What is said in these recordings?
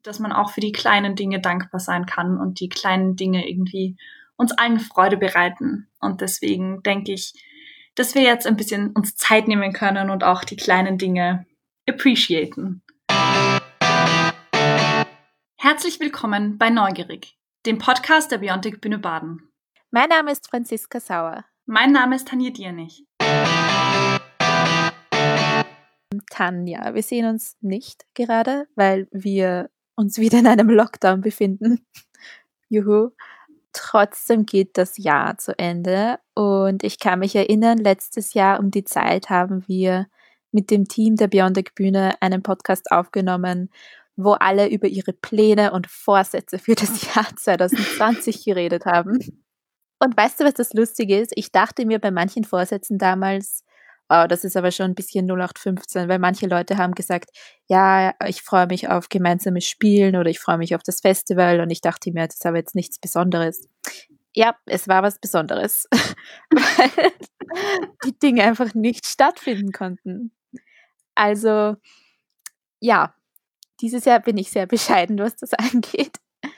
dass man auch für die kleinen Dinge dankbar sein kann und die kleinen Dinge irgendwie uns allen Freude bereiten. Und deswegen denke ich, dass wir jetzt ein bisschen uns Zeit nehmen können und auch die kleinen Dinge appreciaten. Herzlich willkommen bei Neugierig, dem Podcast der Biontech Bühne Baden. Mein Name ist Franziska Sauer. Mein Name ist Tanja Diernich. Tanja, wir sehen uns nicht gerade, weil wir uns wieder in einem Lockdown befinden. Juhu. Trotzdem geht das Jahr zu Ende und ich kann mich erinnern, letztes Jahr um die Zeit haben wir mit dem Team der Biontech Bühne einen Podcast aufgenommen, wo alle über ihre Pläne und Vorsätze für das Jahr 2020 geredet haben. Und weißt du, was das Lustige ist? Ich dachte mir bei manchen Vorsätzen damals, oh, das ist aber schon ein bisschen 0815, weil manche Leute haben gesagt, ja, ich freue mich auf gemeinsames Spielen oder ich freue mich auf das Festival und ich dachte mir, das ist aber jetzt nichts Besonderes. Ja, es war was Besonderes, weil die Dinge einfach nicht stattfinden konnten. Also, ja, dieses Jahr bin ich sehr bescheiden, was das angeht.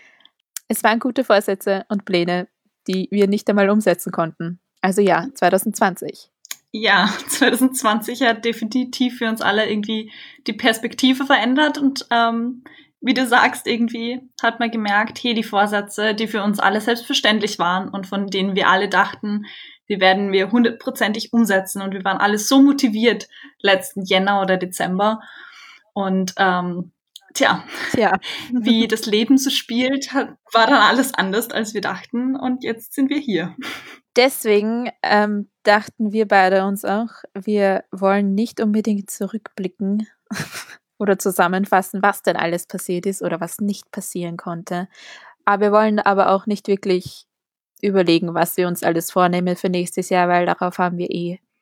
Es waren gute Vorsätze und Pläne, die wir nicht einmal umsetzen konnten. Also ja, 2020. Ja, 2020 hat definitiv für uns alle irgendwie die Perspektive verändert und wie du sagst, irgendwie hat man gemerkt, hey, die Vorsätze, die für uns alle selbstverständlich waren und von denen wir alle dachten, die werden wir 100%ig umsetzen und wir waren alle so motiviert letzten Jänner oder Dezember und Tja, wie das Leben so spielt, war dann alles anders, als wir dachten und jetzt sind wir hier. Deswegen dachten wir beide uns auch, wir wollen nicht unbedingt zurückblicken oder zusammenfassen, was denn alles passiert ist oder was nicht passieren konnte. Aber wir wollen aber auch nicht wirklich überlegen, was wir uns alles vornehmen für nächstes Jahr, weil darauf haben wir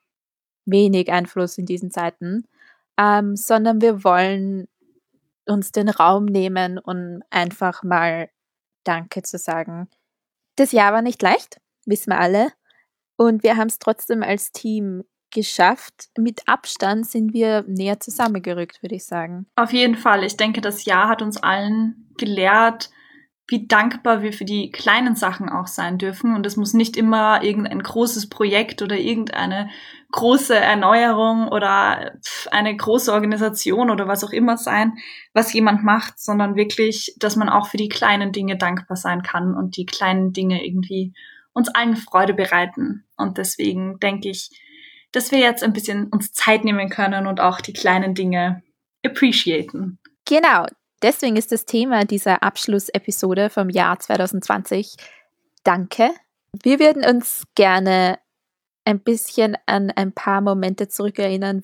wenig Einfluss in diesen Zeiten, sondern wir wollen uns den Raum nehmen, um einfach mal Danke zu sagen. Das Jahr war nicht leicht, wissen wir alle. Und wir haben es trotzdem als Team geschafft. Mit Abstand sind wir näher zusammengerückt, würde ich sagen. Auf jeden Fall. Ich denke, das Jahr hat uns allen gelehrt, wie dankbar wir für die kleinen Sachen auch sein dürfen. Und es muss nicht immer irgendein großes Projekt oder irgendeine große Erneuerung oder eine große Organisation oder was auch immer sein, was jemand macht, sondern wirklich, dass man auch für die kleinen Dinge dankbar sein kann und die kleinen Dinge irgendwie uns allen Freude bereiten. Und deswegen denke ich, dass wir jetzt ein bisschen uns Zeit nehmen können und auch die kleinen Dinge appreciaten. Genau, deswegen ist das Thema dieser Abschlussepisode vom Jahr 2020 Danke. Wir würden uns gerne ein bisschen an ein paar Momente zurückerinnern,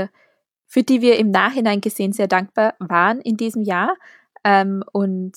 für die wir im Nachhinein gesehen sehr dankbar waren in diesem Jahr und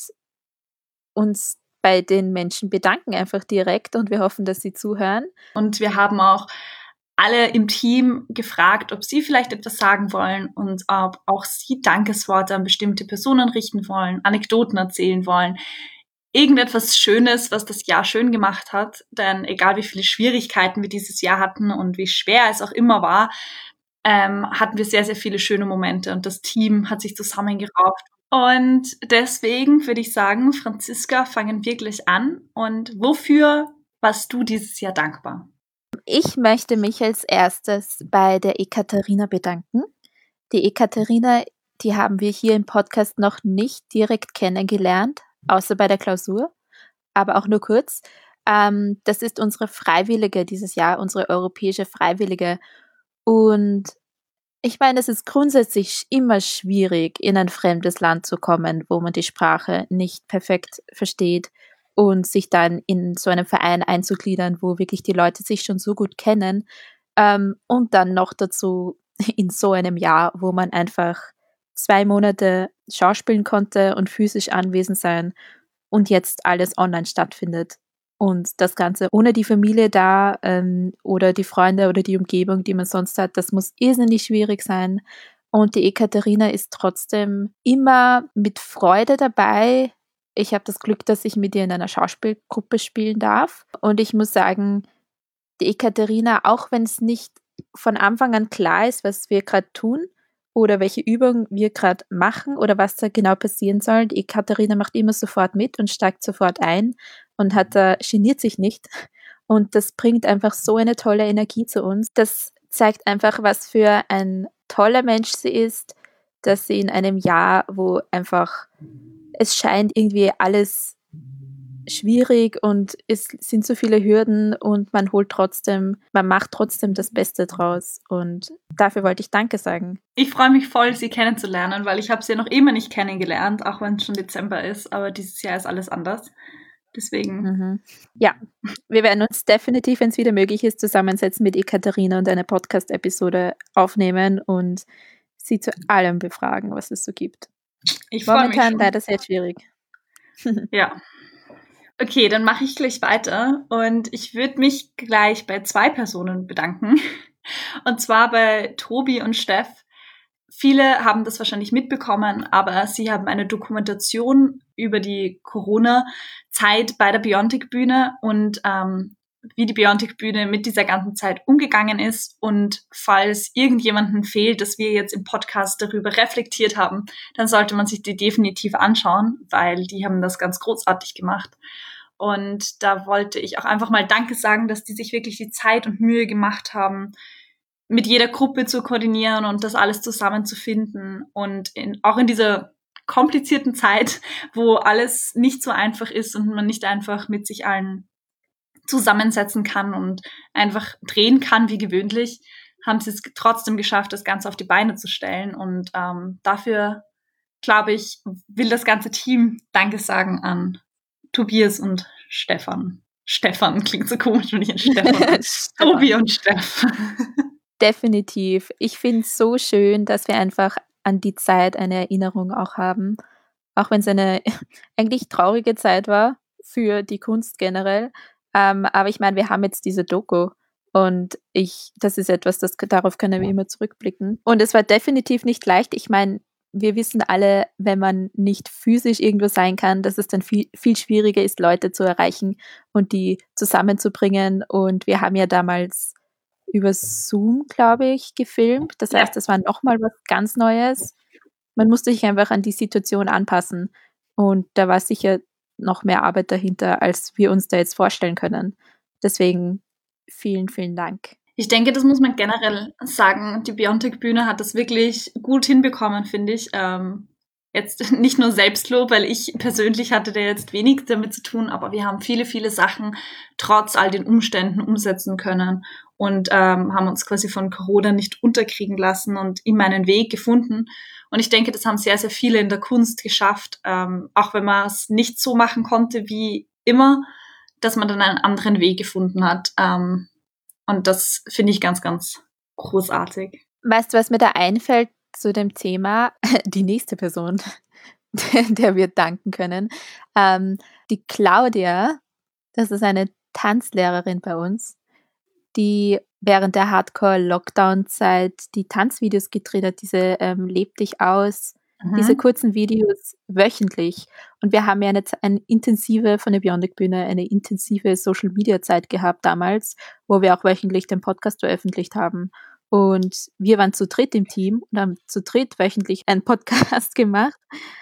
uns bei den Menschen bedanken einfach direkt und wir hoffen, dass sie zuhören. Und wir haben auch alle im Team gefragt, ob sie vielleicht etwas sagen wollen und ob auch sie Dankesworte an bestimmte Personen richten wollen, Anekdoten erzählen wollen, irgendetwas Schönes, was das Jahr schön gemacht hat. Denn egal wie viele Schwierigkeiten wir dieses Jahr hatten und wie schwer es auch immer war, hatten wir sehr, sehr viele schöne Momente und das Team hat sich zusammengerauft. Und deswegen würde ich sagen, Franziska, fangen wir gleich an. Und wofür warst du dieses Jahr dankbar? Ich möchte mich als erstes bei der Ekaterina bedanken. Die Ekaterina, die haben wir hier im Podcast noch nicht direkt kennengelernt, außer bei der Klausur, aber auch nur kurz. Das ist unsere Freiwillige dieses Jahr, unsere europäische Freiwillige. Und ich meine, es ist grundsätzlich immer schwierig, in ein fremdes Land zu kommen, wo man die Sprache nicht perfekt versteht und sich dann in so einem Verein einzugliedern, wo wirklich die Leute sich schon so gut kennen. Und dann noch dazu in so einem Jahr, wo man einfach 2 Monate schauspielen konnte und physisch anwesend sein und jetzt alles online stattfindet. Und das Ganze ohne die Familie da oder die Freunde oder die Umgebung, die man sonst hat, das muss irrsinnig schwierig sein. Und die Ekaterina ist trotzdem immer mit Freude dabei. Ich habe das Glück, dass ich mit ihr in einer Schauspielgruppe spielen darf. Und ich muss sagen, die Ekaterina, auch wenn es nicht von Anfang an klar ist, was wir gerade tun oder welche Übung wir gerade machen oder was da genau passieren soll. Die Katharina macht immer sofort mit und steigt sofort ein und geniert sich nicht. Und das bringt einfach so eine tolle Energie zu uns. Das zeigt einfach, was für ein toller Mensch sie ist, dass sie in einem Jahr, wo einfach es scheint irgendwie alles schwierig und es sind so viele Hürden und man macht trotzdem das Beste draus. Und dafür wollte ich Danke sagen. Ich freue mich voll, sie kennenzulernen, weil ich habe sie ja noch immer nicht kennengelernt, auch wenn es schon Dezember ist, aber dieses Jahr ist alles anders. Deswegen. Ja, wir werden uns definitiv, wenn es wieder möglich ist, zusammensetzen mit Ekaterina und eine Podcast-Episode aufnehmen und sie zu allem befragen, was es so gibt. Ich freue mich Momentan leider sehr schwierig. Ja. Okay, dann mache ich gleich weiter und ich würde mich gleich bei 2 Personen bedanken. Und zwar bei Tobi und Steff. Viele haben das wahrscheinlich mitbekommen, aber sie haben eine Dokumentation über die Corona-Zeit bei der Biontech-Bühne und wie die Biontech-Bühne mit dieser ganzen Zeit umgegangen ist. Und falls irgendjemanden fehlt, dass wir jetzt im Podcast darüber reflektiert haben, dann sollte man sich die definitiv anschauen, weil die haben das ganz großartig gemacht. Und da wollte ich auch einfach mal Danke sagen, dass die sich wirklich die Zeit und Mühe gemacht haben, mit jeder Gruppe zu koordinieren und das alles zusammenzufinden. Und auch in dieser komplizierten Zeit, wo alles nicht so einfach ist und man nicht einfach mit sich allen zusammensetzen kann und einfach drehen kann wie gewöhnlich, haben sie es trotzdem geschafft, das Ganze auf die Beine zu stellen. Und dafür, glaube ich, will das ganze Team Danke sagen an Tobias und Stefan. Stefan klingt so komisch, wenn ich an Stefan. Tobi und Steff. Definitiv. Ich finde es so schön, dass wir einfach an die Zeit eine Erinnerung auch haben. Auch wenn es eine eigentlich traurige Zeit war für die Kunst generell. Aber ich meine, wir haben jetzt diese Doku und das ist etwas, darauf können wir immer zurückblicken. Und es war definitiv nicht leicht. Ich meine, wir wissen alle, wenn man nicht physisch irgendwo sein kann, dass es dann viel, viel schwieriger ist, Leute zu erreichen und die zusammenzubringen. Und wir haben ja damals über Zoom, glaube ich, gefilmt. Das heißt, das war nochmal was ganz Neues. Man musste sich einfach an die Situation anpassen. Und da war sicher noch mehr Arbeit dahinter, als wir uns da jetzt vorstellen können. Deswegen vielen, vielen Dank. Ich denke, das muss man generell sagen. Die Biontech-Bühne hat das wirklich gut hinbekommen, finde ich. Jetzt nicht nur Selbstlob, weil ich persönlich hatte da jetzt wenig damit zu tun, aber wir haben viele, viele Sachen trotz all den Umständen umsetzen können und haben uns quasi von Corona nicht unterkriegen lassen und immer einen Weg gefunden. Und ich denke, das haben sehr, sehr viele in der Kunst geschafft, auch wenn man es nicht so machen konnte wie immer, dass man dann einen anderen Weg gefunden hat. Und das finde ich ganz, ganz großartig. Weißt du, was mir da einfällt zu dem Thema? Die nächste Person, der wir danken können. Die Claudia, das ist eine Tanzlehrerin bei uns, die während der Hardcore-Lockdown-Zeit die Tanzvideos gedreht hat, diese Leb dich aus, diese kurzen Videos wöchentlich. Und wir haben ja eine intensive, von der Biontech-Bühne, eine intensive Social-Media-Zeit gehabt damals, wo wir auch wöchentlich den Podcast veröffentlicht haben. Und wir waren zu dritt im Team und haben zu dritt wöchentlich einen Podcast gemacht.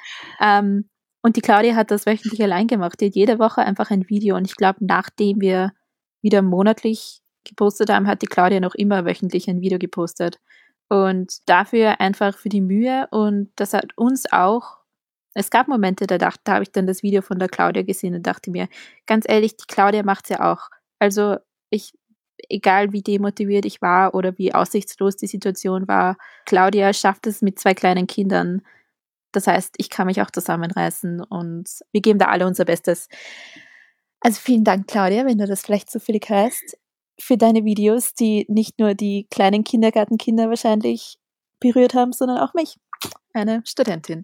Und die Claudia hat das wöchentlich allein gemacht. Die hat jede Woche einfach ein Video. Und ich glaube, nachdem wir wieder monatlich gepostet haben, hat die Claudia noch immer wöchentlich ein Video gepostet. Und dafür einfach für die Mühe. Und das hat uns auch, es gab Momente, da habe ich dann das Video von der Claudia gesehen und dachte mir, ganz ehrlich, die Claudia macht es ja auch. Also egal wie demotiviert ich war oder wie aussichtslos die Situation war, Claudia schafft es mit 2 kleinen Kindern. Das heißt, ich kann mich auch zusammenreißen und wir geben da alle unser Bestes. Also vielen Dank, Claudia, wenn du das vielleicht zufällig hörst, für deine Videos, die nicht nur die kleinen Kindergartenkinder wahrscheinlich berührt haben, sondern auch mich, eine Studentin.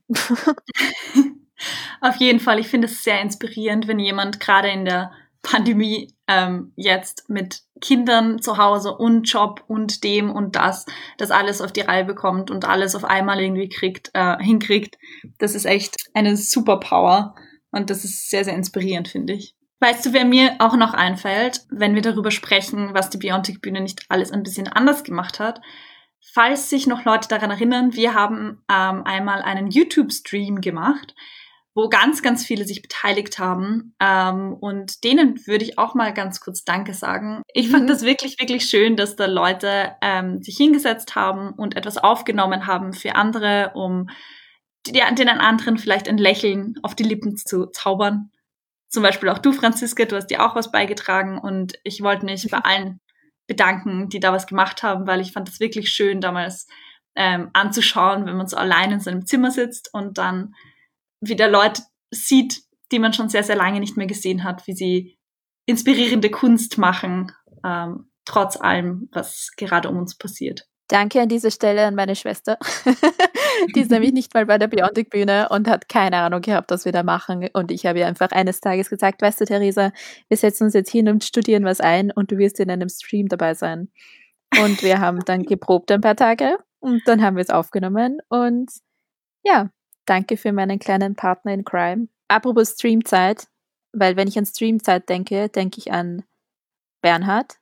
Auf jeden Fall, ich finde es sehr inspirierend, wenn jemand gerade in der Pandemie jetzt mit Kindern zu Hause und Job und dem und das alles auf die Reihe bekommt und alles auf einmal irgendwie hinkriegt. Das ist echt eine Superpower und das ist sehr, sehr inspirierend, finde ich. Weißt du, wer mir auch noch einfällt, wenn wir darüber sprechen, was die Biontech-Bühne nicht alles ein bisschen anders gemacht hat? falls sich noch Leute daran erinnern, wir haben einmal einen YouTube-Stream gemacht, wo ganz, ganz viele sich beteiligt haben. Und denen würde ich auch mal ganz kurz Danke sagen. Ich fand das wirklich, wirklich schön, dass da Leute sich hingesetzt haben und etwas aufgenommen haben für andere, um den anderen vielleicht ein Lächeln auf die Lippen zu zaubern. Zum Beispiel auch du, Franziska, du hast dir auch was beigetragen und ich wollte mich bei allen bedanken, die da was gemacht haben, weil ich fand das wirklich schön, damals anzuschauen, wenn man so allein in seinem Zimmer sitzt und dann wieder Leute sieht, die man schon sehr, sehr lange nicht mehr gesehen hat, wie sie inspirierende Kunst machen, trotz allem, was gerade um uns passiert. Danke an dieser Stelle an meine Schwester. Die ist nämlich nicht mal bei der Beyondic-Bühne und hat keine Ahnung gehabt, was wir da machen. Und ich habe ihr einfach eines Tages gesagt, weißt du, Theresa, wir setzen uns jetzt hin und studieren was ein und du wirst in einem Stream dabei sein. Und wir haben dann geprobt ein paar Tage und dann haben wir es aufgenommen. Und ja, danke für meinen kleinen Partner in Crime. Apropos Streamzeit, weil wenn ich an Streamzeit denke, denke ich an Bernhard.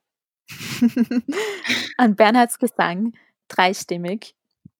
An Bernhards Gesang, dreistimmig.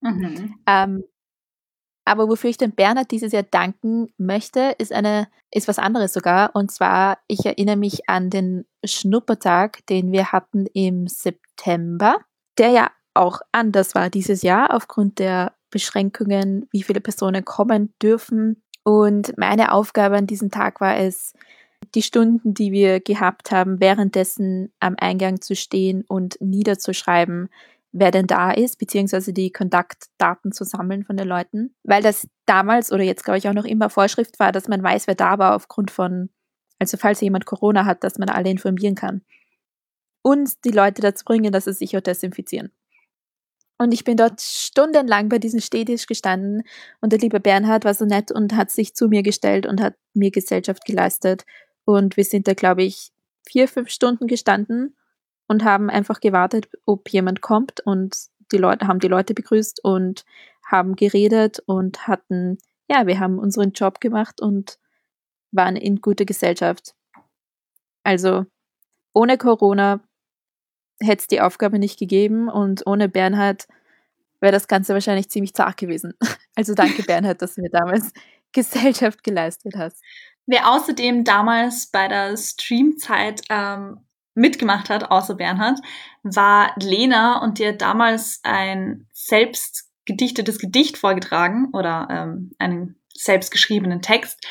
Aber wofür ich dem Bernhard dieses Jahr danken möchte, ist was anderes sogar. Und zwar, ich erinnere mich an den Schnuppertag, den wir hatten im September, der ja auch anders war dieses Jahr aufgrund der Beschränkungen, wie viele Personen kommen dürfen. Und meine Aufgabe an diesem Tag war es, die Stunden, die wir gehabt haben, währenddessen am Eingang zu stehen und niederzuschreiben, wer denn da ist, beziehungsweise die Kontaktdaten zu sammeln von den Leuten. Weil das damals oder jetzt, glaube ich, auch noch immer Vorschrift war, dass man weiß, wer da war, aufgrund von, also falls jemand Corona hat, dass man alle informieren kann. Und die Leute dazu bringen, dass sie sich auch desinfizieren. Und ich bin dort stundenlang bei diesem Stehtisch gestanden und der liebe Bernhard war so nett und hat sich zu mir gestellt und hat mir Gesellschaft geleistet. Und wir sind da, glaube ich, 4-5 Stunden gestanden und haben einfach gewartet, ob jemand kommt, und haben die Leute begrüßt und haben geredet und wir haben unseren Job gemacht und waren in guter Gesellschaft. Also ohne Corona hätte es die Aufgabe nicht gegeben und ohne Bernhard wäre das Ganze wahrscheinlich ziemlich zart gewesen. Also danke Bernhard, dass du mir damals Gesellschaft geleistet hast. Wer außerdem damals bei der Streamzeit mitgemacht hat, außer Bernhard, war Lena, und die hat damals ein selbst gedichtetes Gedicht vorgetragen oder einen selbstgeschriebenen Text.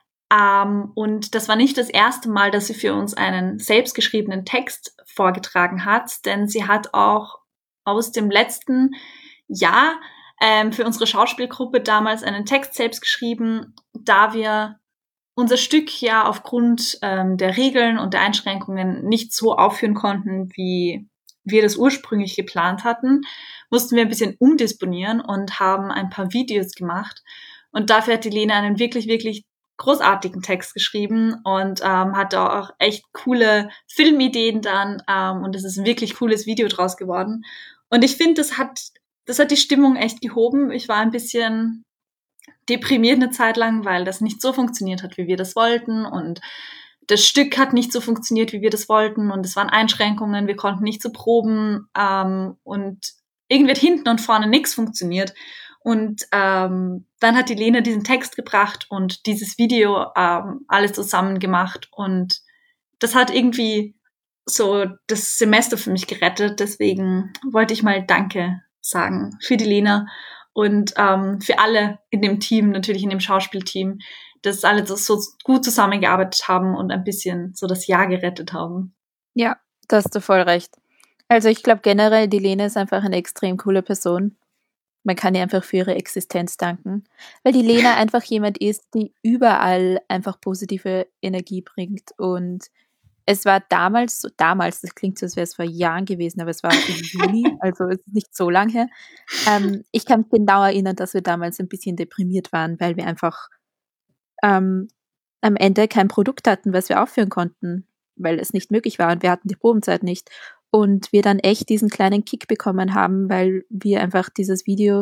Und das war nicht das erste Mal, dass sie für uns einen selbstgeschriebenen Text vorgetragen hat, denn sie hat auch aus dem letzten Jahr für unsere Schauspielgruppe damals einen Text selbst geschrieben, da wir unser Stück ja aufgrund der Regeln und der Einschränkungen nicht so aufführen konnten, wie wir das ursprünglich geplant hatten, mussten wir ein bisschen umdisponieren und haben ein paar Videos gemacht. Und dafür hat die Lena einen wirklich, wirklich großartigen Text geschrieben und hatte auch echt coole Filmideen dann. Und es ist ein wirklich cooles Video draus geworden. Und ich finde, das hat die Stimmung echt gehoben. Ich war ein bisschen deprimiert eine Zeit lang, weil das nicht so funktioniert hat, wie wir das wollten, und das Stück hat nicht so funktioniert, wie wir das wollten, und es waren Einschränkungen, wir konnten nicht so proben und irgendwie hat hinten und vorne nichts funktioniert. Und dann hat die Lena diesen Text gebracht und dieses Video alles zusammen gemacht, und das hat irgendwie so das Semester für mich gerettet. Deswegen wollte ich mal Danke sagen für die Lena und für alle in dem Team, natürlich in dem Schauspielteam, dass alle so gut zusammengearbeitet haben und ein bisschen so das Jahr gerettet haben. Ja, da hast du voll recht. Also ich glaube generell, die Lena ist einfach eine extrem coole Person. Man kann ihr einfach für ihre Existenz danken, weil die Lena einfach jemand ist, die überall einfach positive Energie bringt. Und es war damals, das klingt so, als wäre es vor Jahren gewesen, aber es war im Juni, also es ist nicht so lange her. Ich kann mich genau erinnern, dass wir damals ein bisschen deprimiert waren, weil wir einfach am Ende kein Produkt hatten, was wir aufführen konnten, weil es nicht möglich war und wir hatten die Probenzeit nicht. Und wir dann echt diesen kleinen Kick bekommen haben, weil wir einfach dieses Video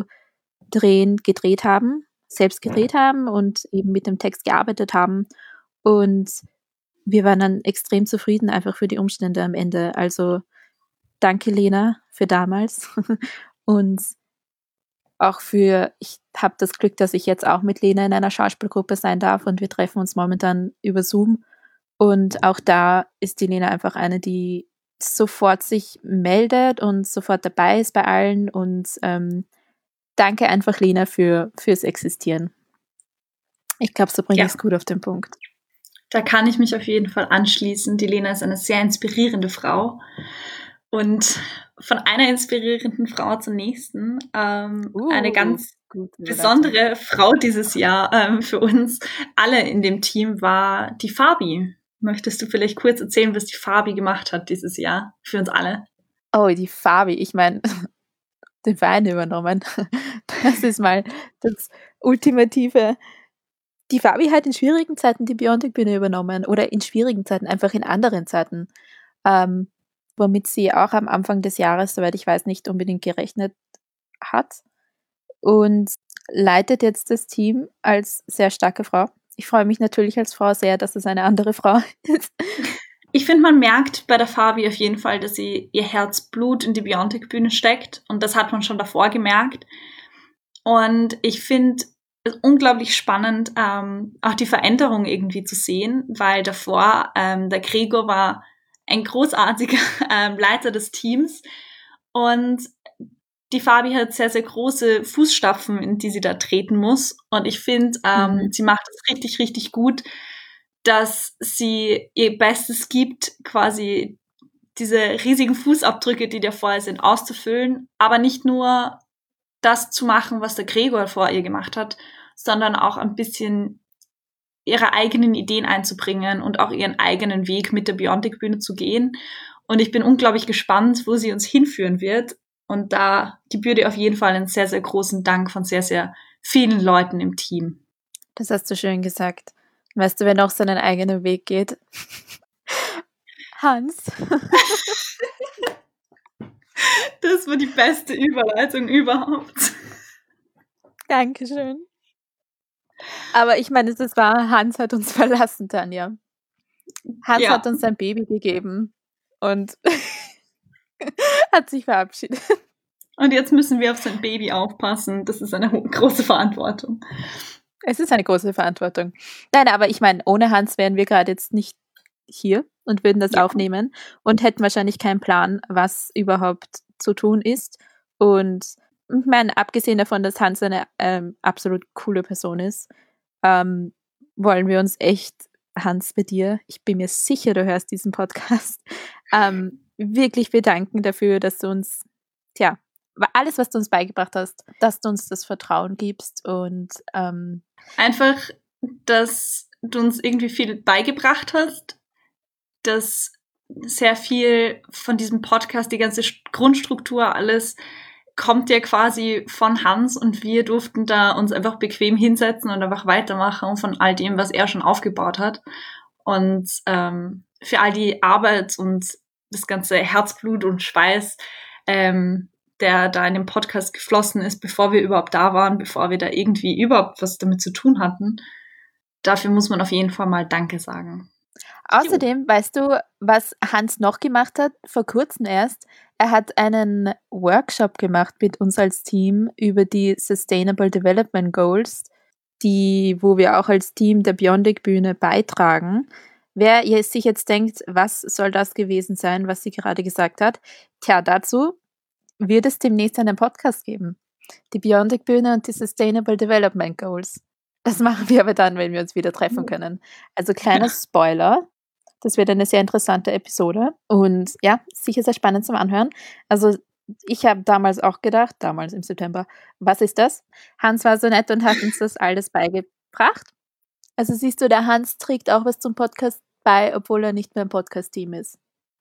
gedreht haben, selbst gedreht haben und eben mit dem Text gearbeitet haben. Und wir waren dann extrem zufrieden einfach für die Umstände am Ende. Also danke Lena für damals. Und auch ich habe das Glück, dass ich jetzt auch mit Lena in einer Schauspielgruppe sein darf und wir treffen uns momentan über Zoom. Und auch da ist die Lena einfach eine, die sofort sich meldet und sofort dabei ist bei allen. Und danke einfach, Lena, fürs Existieren. Ich glaube, so bringe ich es gut auf den Punkt. Da kann ich mich auf jeden Fall anschließen. Die Lena ist eine sehr inspirierende Frau. Und von einer inspirierenden Frau zur nächsten. Eine ganz besondere Frau dieses Jahr für uns alle in dem Team war die Fabi. Möchtest du vielleicht kurz erzählen, was die Fabi gemacht hat dieses Jahr für uns alle? Oh, die Fabi. Ich meine, den Wein übernommen. Das ist mal das Ultimative. Die Fabi hat in schwierigen Zeiten die Biontech-Bühne übernommen oder in schwierigen Zeiten, einfach in anderen Zeiten. Womit sie auch am Anfang des Jahres, soweit ich weiß, nicht unbedingt gerechnet hat und leitet jetzt das Team als sehr starke Frau. Ich freue mich natürlich als Frau sehr, dass es eine andere Frau ist. Ich finde, man merkt bei der Fabi auf jeden Fall, dass sie ihr Herzblut in die Biontech-Bühne steckt und das hat man schon davor gemerkt. Und ich finde es unglaublich spannend, auch die Veränderung irgendwie zu sehen, weil davor der Gregor war ein großartiger Leiter des Teams und die Fabi hat sehr, sehr große Fußstapfen, in die sie da treten muss. Und ich finde, sie macht es richtig, richtig gut, dass sie ihr Bestes gibt, quasi diese riesigen Fußabdrücke, die da vorher sind, auszufüllen, aber nicht nur das zu machen, was der Gregor vor ihr gemacht hat, sondern auch ein bisschen ihre eigenen Ideen einzubringen und auch ihren eigenen Weg mit der Biontech-Bühne zu gehen. Und ich bin unglaublich gespannt, wo sie uns hinführen wird. Und da gebührt ihr auf jeden Fall einen sehr, sehr großen Dank von sehr, sehr vielen Leuten im Team. Das hast du schön gesagt. Weißt du, wer noch seinen eigenen Weg geht? Hans. Das war die beste Überleitung überhaupt. Dankeschön. Aber ich meine, das war, Hans hat uns verlassen, Tanja. Hans hat uns ein Baby gegeben und hat sich verabschiedet. Und jetzt müssen wir auf sein Baby aufpassen. Das ist eine große Verantwortung. Es ist eine große Verantwortung. Nein, aber ich meine, ohne Hans wären wir gerade jetzt nicht hier und würden das aufnehmen und hätten wahrscheinlich keinen Plan, was überhaupt zu tun ist. Und ich meine, abgesehen davon, dass Hans eine absolut coole Person ist, wollen wir uns echt, Hans, bei dir, ich bin mir sicher, du hörst diesen Podcast, wirklich bedanken dafür, dass du uns, alles, was du uns beigebracht hast, dass du uns das Vertrauen gibst und einfach, dass du uns irgendwie viel beigebracht hast, dass sehr viel von diesem Podcast, die ganze Grundstruktur, alles kommt ja quasi von Hans und wir durften da uns einfach bequem hinsetzen und einfach weitermachen von all dem, was er schon aufgebaut hat. Und für all die Arbeit und das ganze Herzblut und Schweiß, der da in dem Podcast geflossen ist, bevor wir überhaupt da waren, bevor wir da irgendwie überhaupt was damit zu tun hatten, dafür muss man auf jeden Fall mal Danke sagen. Außerdem, weißt du, was Hans noch gemacht hat, vor kurzem erst? Er hat einen Workshop gemacht mit uns als Team über die Sustainable Development Goals, wo wir auch als Team der Biontech-Bühne beitragen. Wer sich jetzt denkt, was soll das gewesen sein, was sie gerade gesagt hat? Dazu wird es demnächst einen Podcast geben. Die Biontech-Bühne und die Sustainable Development Goals. Das machen wir aber dann, wenn wir uns wieder treffen können. Also kleiner Spoiler. Das wird eine sehr interessante Episode und sicher sehr spannend zum Anhören. Also ich habe damals auch gedacht, damals im September, was ist das? Hans war so nett und hat uns das alles beigebracht. Also siehst du, der Hans trägt auch was zum Podcast bei, obwohl er nicht mehr im Podcast-Team ist.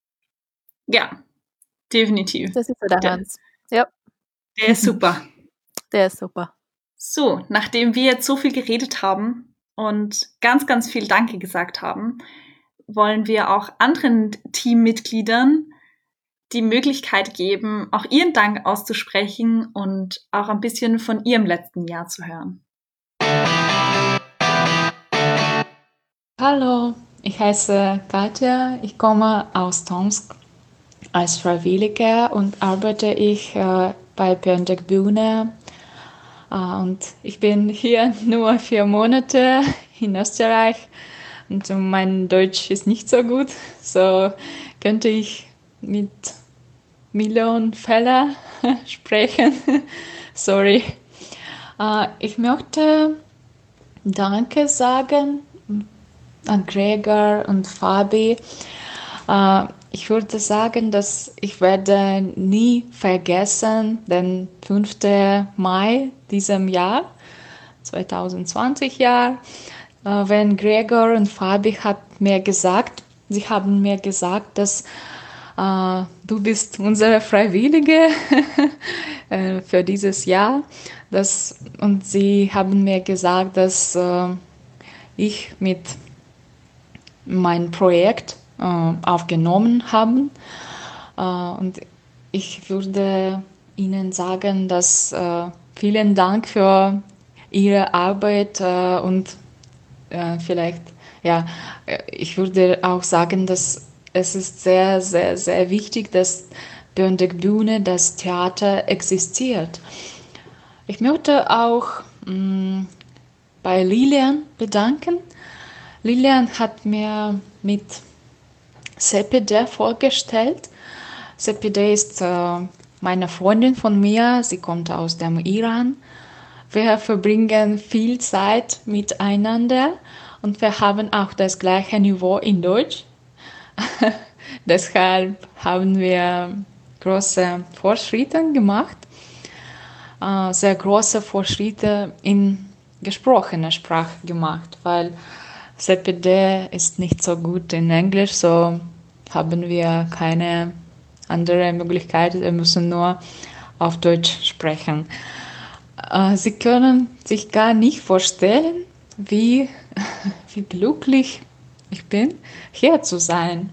Ja, definitiv. Das ist so der Hans. Ja. Der ist super. Der ist super. So, nachdem wir jetzt so viel geredet haben und ganz, ganz viel Danke gesagt haben, wollen wir auch anderen Teammitgliedern die Möglichkeit geben, auch ihren Dank auszusprechen und auch ein bisschen von ihrem letzten Jahr zu hören. Hallo, ich heiße Katja, ich komme aus Tomsk. Als Freiwillige und arbeite ich bei Björndek Bühne. Und ich bin hier nur 4 Monate in Österreich und mein Deutsch ist nicht so gut. So könnte ich mit Millionen Fällen sprechen. Sorry. Ich möchte Danke sagen an Gregor und Fabi. Ich würde sagen, dass ich werde nie vergessen, den 5. Mai diesem Jahr, 2020 Jahr, wenn Gregor und Fabi sie haben mir gesagt, dass du bist unsere Freiwillige für dieses Jahr. Und sie haben mir gesagt, dass ich mit meinem Projekt aufgenommen habe. Und ich würde Ihnen sagen, dass vielen Dank für Ihre Arbeit und vielleicht, ja, ich würde auch sagen, dass es ist sehr, sehr, sehr wichtig, dass Björndek Bühne, das Theater existiert. Ich möchte auch bei Lilian bedanken. Lilian hat mir mit Sepide vorgestellt. Sepide ist meine Freundin von mir. Sie kommt aus dem Iran. Wir verbringen viel Zeit miteinander und wir haben auch das gleiche Niveau in Deutsch. Deshalb haben wir große Fortschritte gemacht. Sehr große Fortschritte in gesprochener Sprache gemacht, weil Sepide ist nicht so gut in Englisch, so haben wir keine andere Möglichkeit, wir müssen nur auf Deutsch sprechen. Sie können sich gar nicht vorstellen, wie glücklich ich bin, hier zu sein.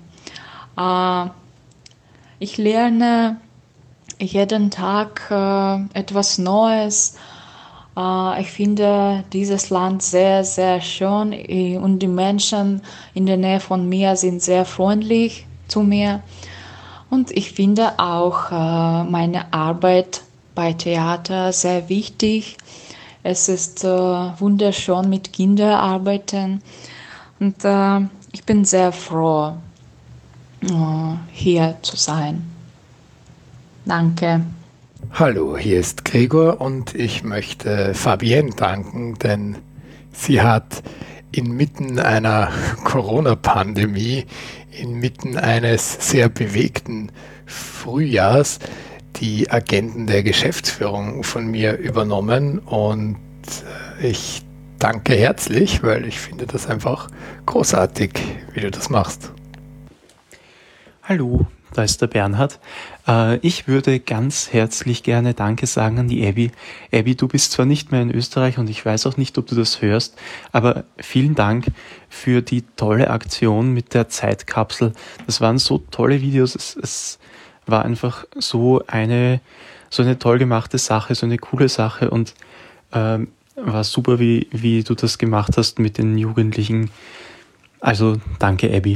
Ich lerne jeden Tag etwas Neues. Ich finde dieses Land sehr, sehr schön und die Menschen in der Nähe von mir sind sehr freundlich zu mir. Und ich finde auch meine Arbeit bei Theater sehr wichtig. Es ist wunderschön mit Kindern arbeiten und ich bin sehr froh, hier zu sein. Danke. Hallo, hier ist Gregor und ich möchte Fabienne danken, denn sie hat inmitten einer Corona-Pandemie, inmitten eines sehr bewegten Frühjahrs die Agenden der Geschäftsführung von mir übernommen und ich danke herzlich, weil ich finde das einfach großartig, wie du das machst. Hallo, da ist der Bernhard. Ich würde ganz herzlich gerne Danke sagen an die Abby. Abby, du bist zwar nicht mehr in Österreich und ich weiß auch nicht, ob du das hörst, aber vielen Dank für die tolle Aktion mit der Zeitkapsel. Das waren so tolle Videos. Es war einfach so eine toll gemachte Sache, so eine coole Sache und war super, wie du das gemacht hast mit den Jugendlichen. Also danke, Abby.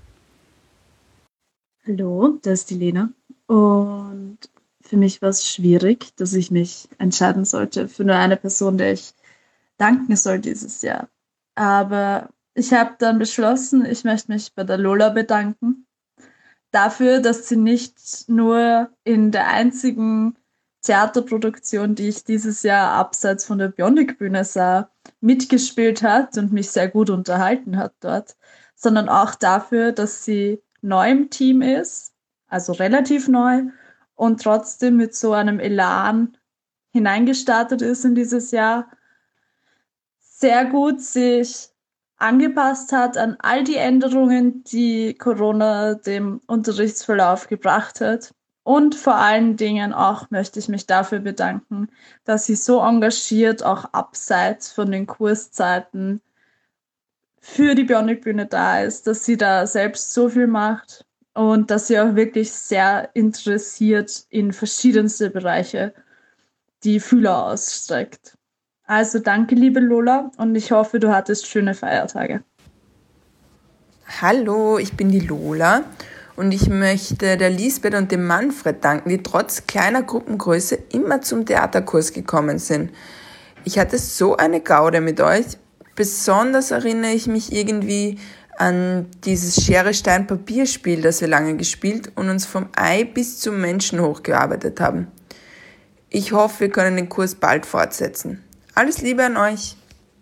Hallo, das ist die Lena. Und für mich war es schwierig, dass ich mich entscheiden sollte für nur eine Person, der ich danken soll dieses Jahr. Aber ich habe dann beschlossen, ich möchte mich bei der Lola bedanken. Dafür, dass sie nicht nur in der einzigen Theaterproduktion, die ich dieses Jahr abseits von der Björndek-Bühne sah, mitgespielt hat und mich sehr gut unterhalten hat dort, sondern auch dafür, dass sie neu im Team ist, also relativ neu, und trotzdem mit so einem Elan hineingestartet ist in dieses Jahr, sehr gut sich angepasst hat an all die Änderungen, die Corona dem Unterrichtsverlauf gebracht hat. Und vor allen Dingen auch möchte ich mich dafür bedanken, dass sie so engagiert, auch abseits von den Kurszeiten, für die Björndek-Bühne da ist, dass sie da selbst so viel macht und dass sie auch wirklich sehr interessiert in verschiedenste Bereiche die Fühler ausstreckt. Also danke, liebe Lola, und ich hoffe, du hattest schöne Feiertage. Hallo, ich bin die Lola Und ich möchte der Lisbeth und dem Manfred danken, die trotz kleiner Gruppengröße immer zum Theaterkurs gekommen sind. Ich hatte so eine Gaude mit euch. Besonders erinnere ich mich irgendwie an dieses Schere-Stein-Papier-Spiel, das wir lange gespielt und uns vom Ei bis zum Menschen hochgearbeitet haben. Ich hoffe, wir können den Kurs bald fortsetzen. Alles Liebe an euch.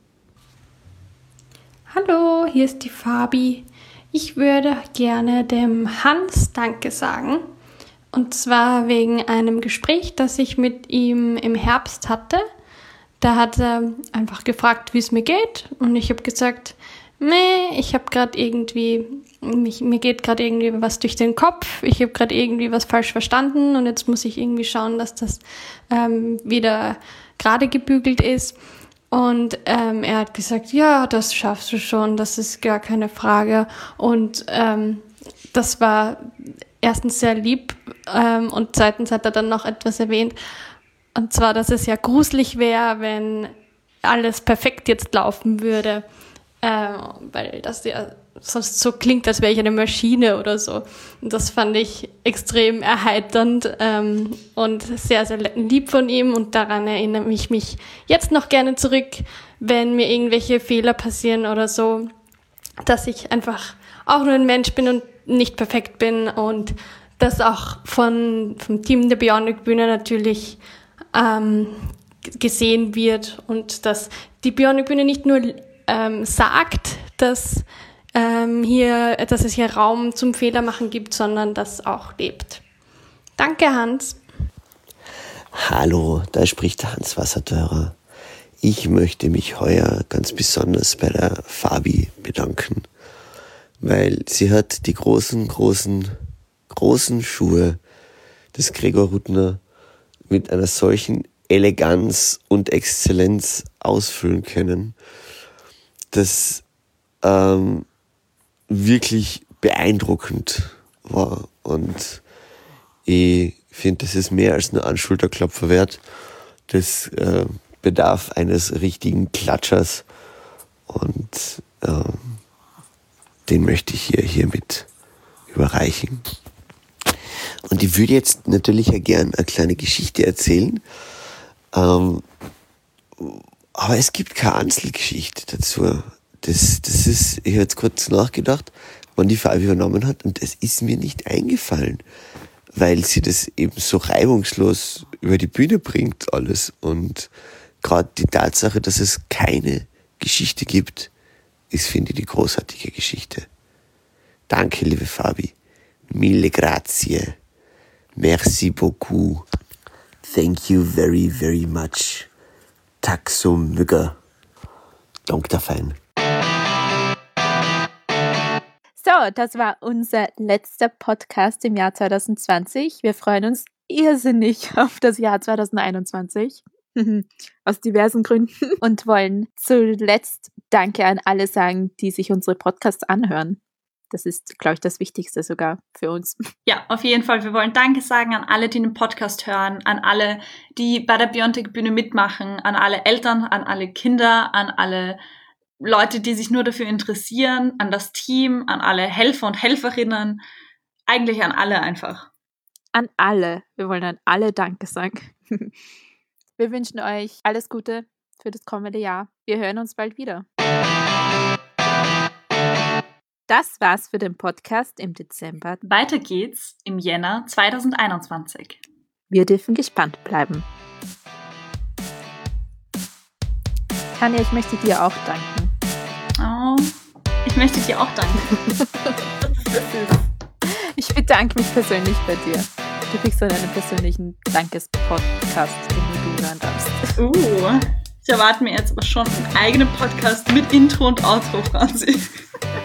Hallo, hier ist die Fabi. Ich würde gerne dem Hans Danke sagen. Und zwar wegen einem Gespräch, das ich mit ihm im Herbst hatte. Da hat er einfach gefragt, wie es mir geht. Und ich habe gesagt, nee, ich habe gerade irgendwie, mir geht gerade irgendwie was durch den Kopf. Ich habe gerade irgendwie was falsch verstanden und jetzt muss ich irgendwie schauen, dass das wieder gerade gebügelt ist. Und er hat gesagt, ja, das schaffst du schon, das ist gar keine Frage. Und das war erstens sehr lieb und zweitens hat er dann noch etwas erwähnt. Und zwar, dass es ja gruselig wäre, wenn alles perfekt jetzt laufen würde, weil das ja sonst so klingt, als wäre ich eine Maschine oder so. Und das fand ich extrem erheiternd und sehr, sehr lieb von ihm. Und daran erinnere ich mich jetzt noch gerne zurück, wenn mir irgendwelche Fehler passieren oder so, dass ich einfach auch nur ein Mensch bin und nicht perfekt bin und das auch vom Team der Bionic Bühne natürlich gesehen wird und dass die Bionic Bühne nicht nur sagt, dass es hier Raum zum Fehlermachen gibt, sondern das auch lebt. Danke, Hans. Hallo, da spricht der Hans Wasserteurer. Ich möchte mich heuer ganz besonders bei der Fabi bedanken, weil sie hat die großen Schuhe des Gregor Ruttner mit einer solchen Eleganz und Exzellenz ausfüllen können, dass wirklich beeindruckend war. Und ich finde, das ist mehr als nur ein Schulterklopfer wert. Das bedarf eines richtigen Klatschers und den möchte ich hiermit überreichen. Und ich würde jetzt natürlich ja gern eine kleine Geschichte erzählen, aber es gibt keine Einzelgeschichte dazu. Das ist, ich habe jetzt kurz nachgedacht, wann die Fabi übernommen hat und es ist mir nicht eingefallen, weil sie das eben so reibungslos über die Bühne bringt alles. Und gerade die Tatsache, dass es keine Geschichte gibt, ist, finde ich, die großartige Geschichte. Danke, liebe Fabi. Mille grazie. Merci beaucoup. Thank you very, very much. Tack så mycket. Dank dafür. So, das war unser letzter Podcast im Jahr 2020. Wir freuen uns irrsinnig auf das Jahr 2021. Aus diversen Gründen. Und wollen zuletzt Danke an alle sagen, die sich unsere Podcasts anhören. Das ist, glaube ich, das Wichtigste sogar für uns. Ja, auf jeden Fall. Wir wollen Danke sagen an alle, die den Podcast hören, an alle, die bei der Biontech-Bühne mitmachen, an alle Eltern, an alle Kinder, an alle Leute, die sich nur dafür interessieren, an das Team, an alle Helfer und Helferinnen. Eigentlich an alle einfach. An alle. Wir wollen an alle Danke sagen. Wir wünschen euch alles Gute für das kommende Jahr. Wir hören uns bald wieder. Das war's für den Podcast im Dezember. Weiter geht's im Jänner 2021. Wir dürfen gespannt bleiben. Tanja, ich möchte dir auch danken. Oh, ich möchte dir auch danken. Ich bedanke mich persönlich bei dir. Du kriegst dann einen persönlichen Dankes-Podcast, den du hören darfst. Ich erwarte mir jetzt aber schon einen eigenen Podcast mit Intro und Outro, Franzi.